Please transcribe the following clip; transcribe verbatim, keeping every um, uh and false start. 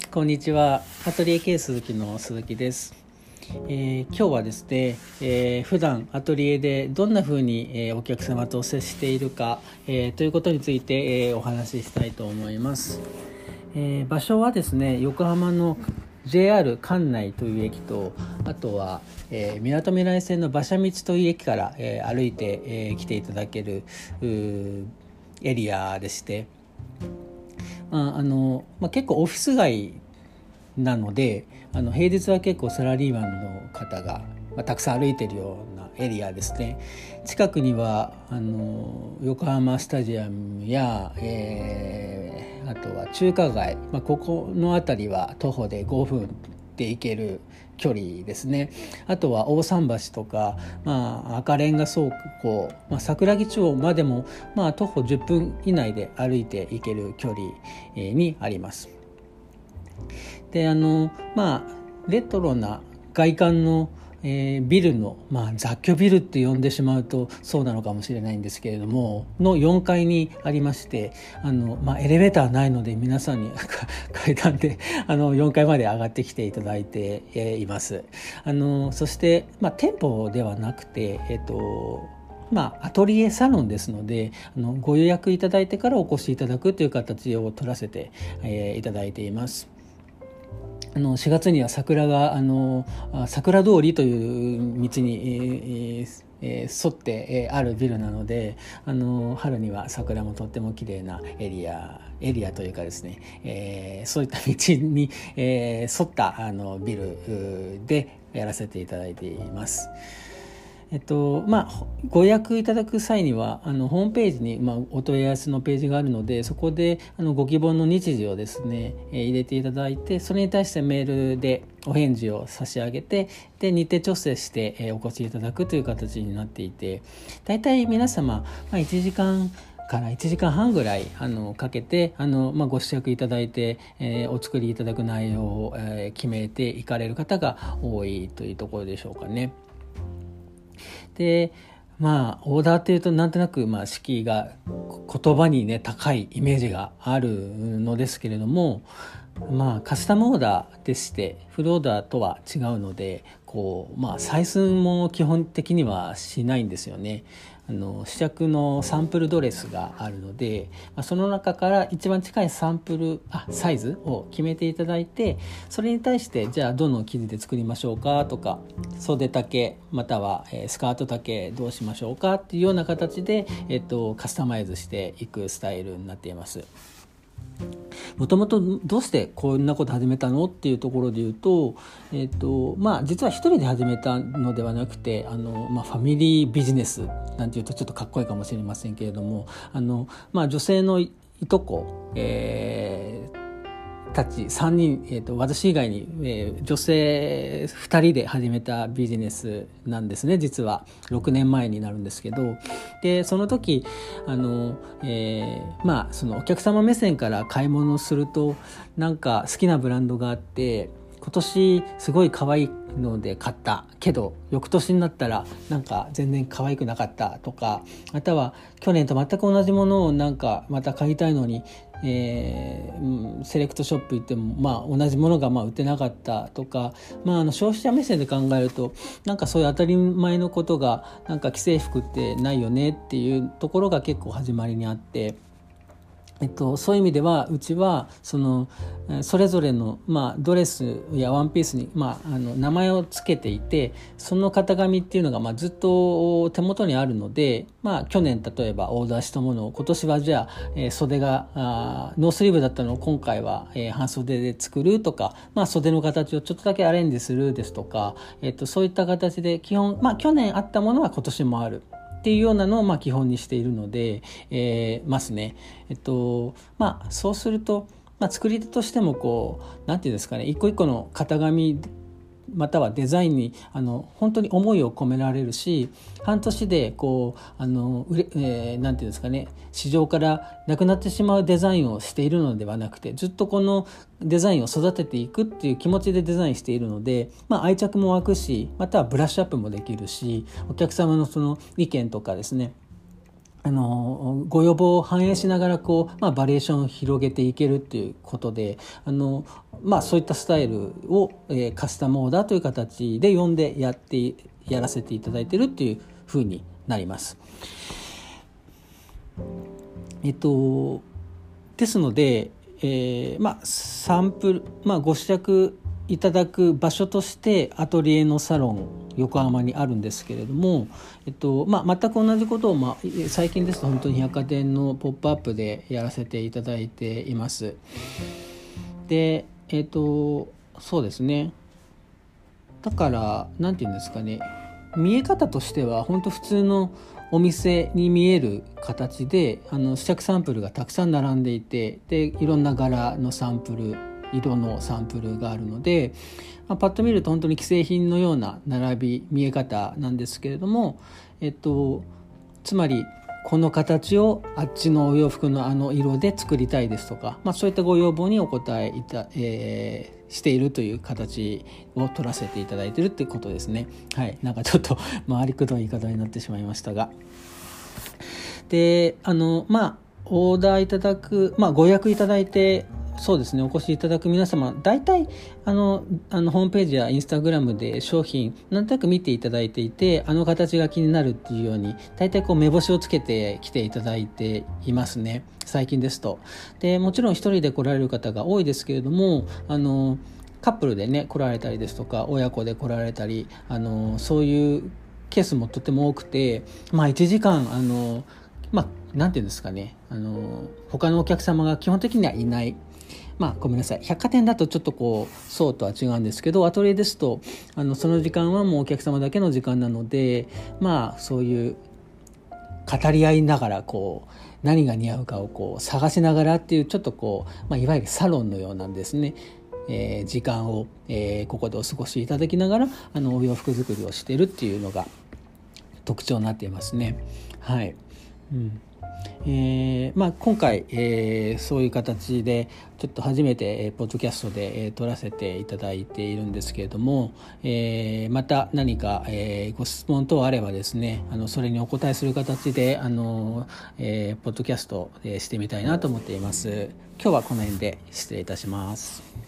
こんにちは。アトリエ K 鈴木の鈴木です。えー、今日はですね、えー、普段アトリエでどんな風に、えー、お客様と接しているか、えー、ということについて、えー、お話ししたいと思います。えー、場所はですね、横浜の ジェイアール 関内という駅と、あとはみなとみらい線の馬車道という駅から、えー、歩いて、えー、来ていただけるエリアでして、まああのまあ、結構オフィス街なので、あの平日は結構サラリーマンの方が、まあ、たくさん歩いているようなエリアですね。近くにはあの横浜スタジアムや、えー、あとは中華街、まあ、ここの辺りは徒歩でごふんで行ける距離ですね。あとは大桟橋とか、まあ、赤レンガ倉庫、まあ、桜木町までも、まあ、徒歩じゅっぷん以内で歩いて行ける距離にあります。であのまあレトロな外観の、えー、ビルの、まあ、雑居ビルって呼んでしまうとそうなのかもしれないんですけれどものよんかいにありまして、あの、まあ、エレベーターないので皆さんに階段であのよんかいまで上がってきていただいて、えー、います。あのそして、まあ、店舗ではなくて、えっとまあ、アトリエサロンですので、あのご予約いただいてからお越しいただくという形を取らせて、えー、いただいています。あのしがつには桜があの桜通りという道に、えーえー、沿って、えー、あるビルなので、あの春には桜もとっても綺麗なエリアエリアというかですね、えー、そういった道に、えー、沿ったあのビルでやらせていただいています。えっとまあ、ご予約いただく際にはあのホームページに、まあ、お問い合わせのページがあるので、そこであのご希望の日時をですね、えー、入れていただいて、それに対してメールでお返事を差し上げて、で日程調整して、えー、お越しいただくという形になっていて、だいたい皆様、まあ、いちじかんからいちじかんはんぐらいあのかけてあの、まあ、ご試着いただいて、えー、お作りいただく内容を、えー、決めていかれる方が多いというところでしょうかね。でまあオーダーっていうとなんとなくまあ敷居が言葉にね高いイメージがあるのですけれども、まあカスタムオーダーでしてフルオーダーとは違うので、こうまあ採寸も基本的にはしないんですよね。あの試着のサンプルドレスがあるので、まあ、その中から一番近いサンプルあサイズを決めていただいて、それに対してじゃあどの生地で作りましょうかとか、袖丈またはスカート丈どうしましょうかっていうような形で、えっと、カスタマイズしていくスタイルになっています。もともとどうしてこんなこと始めたのっていうところで言うと、えーとまあ、実は一人で始めたのではなくて、あの、まあ、ファミリービジネスなんていうとちょっとかっこいいかもしれませんけれども、あの、まあ、女性のいとこ、えーたちさんにん、えーと、私以外に、えー、女性ふたりで始めたビジネスなんですね。実はろくねんまえになるんですけど、でその時あの、えー、まあそのお客様目線から買い物をすると、なんか好きなブランドがあって、今年すごい可愛いので買ったけど翌年になったらなんか全然可愛くなかったとか、または去年と全く同じものをなんかまた買いたいのに、えー、セレクトショップ行っても、まあ、同じものがまあ売ってなかったとか、まあ、あの消費者目線で考えるとなんかそういう当たり前のことがなんか既製服ってないよねっていうところが結構始まりにあって、えっと、そういう意味ではうちはそのそれぞれの、まあ、ドレスやワンピースに、まあ、あの名前をつけていて、その型紙っていうのが、まあ、ずっと手元にあるので、まあ、去年例えばオーダーしたものを今年はじゃあ、えー、袖があノースリーブだったのを今回は、えー、半袖で作るとか、まあ、袖の形をちょっとだけアレンジするですとか、えっと、そういった形で基本、まあ、去年あったものは今年もあるっていうようなのをまあ基本にしているので、えー、ますね。えっとまあそうすると、まあ、作り手としてもこうなんていうんですかね、一個一個の型紙またはデザインにあの本当に思いを込められるし、半年でこうあの売れ、えー、なんていうんですかね、市場からなくなってしまうデザインをしているのではなくて、ずっとこのデザインを育てていくっていう気持ちでデザインしているので、まあ、愛着も湧くし、またはブラッシュアップもできるし、お客様のその意見とかですね、 あのご要望を反映しながらこう、まあ、バリエーションを広げていけるっていうことで、あの、まあ、そういったスタイルを、えー、カスタムオーダーという形で呼んでやってやらせていただいてるっていうふうになります。えっとですので、えーまあ、サンプル、まあ、ご試着いただく場所としてアトリエのサロン横浜にあるんですけれども、えっとまあ、全く同じことを、まあ、最近ですと本当に百貨店のポップアップでやらせていただいています。で、えっとそうですね、だからなんていうんですかね、見え方としては本当普通のお店に見える形で、あの試着サンプルがたくさん並んでいて、でいろんな柄のサンプル、色のサンプルがあるので、まあ、パッと見ると本当に既製品のような並び見え方なんですけれども、えっとつまりこの形をあっちのお洋服のあの色で作りたいですとか、まあ、そういったご要望にお答えいた、えー、しているという形を取らせていただいているってことですね。はい、なんかちょっと回りくどい言い方になってしまいましたが、であのまあオーダーいただく、まあ、ご予約いただいてそうですね、お越しいただく皆様、大体あのあのホームページやインスタグラムで商品なんとなく見ていただいていて、あの形が気になるっていうように大体こう目星をつけてきていただいていますね、最近ですと。でもちろん一人で来られる方が多いですけれども、あのカップルでね来られたりですとか、親子で来られたり、あのそういうケースもとても多くて、まあいちじかんあのまあなんていうんですかね、あの他のお客様が基本的にはいない、まあごめんなさい、百貨店だとちょっとこうそうとは違うんですけど、アトリエですとあのその時間はもうお客様だけの時間なので、まあそういう語り合いながらこう何が似合うかをこう探しながらっていう、ちょっとこう、まあ、いわゆるサロンのようなんですね、えー、時間を、えー、ここでお過ごしいただきながらあのお洋服作りをしているっていうのが特徴になっていますね。はい、うんえーまあ、今回、えー、そういう形でちょっと初めて、えー、ポッドキャストで、えー、撮らせていただいているんですけれども、えー、また何か、えー、ご質問等あればですね、あのそれにお答えする形であの、えー、ポッドキャスト、えー、してみたいなと思っています。今日はこの辺で失礼いたします。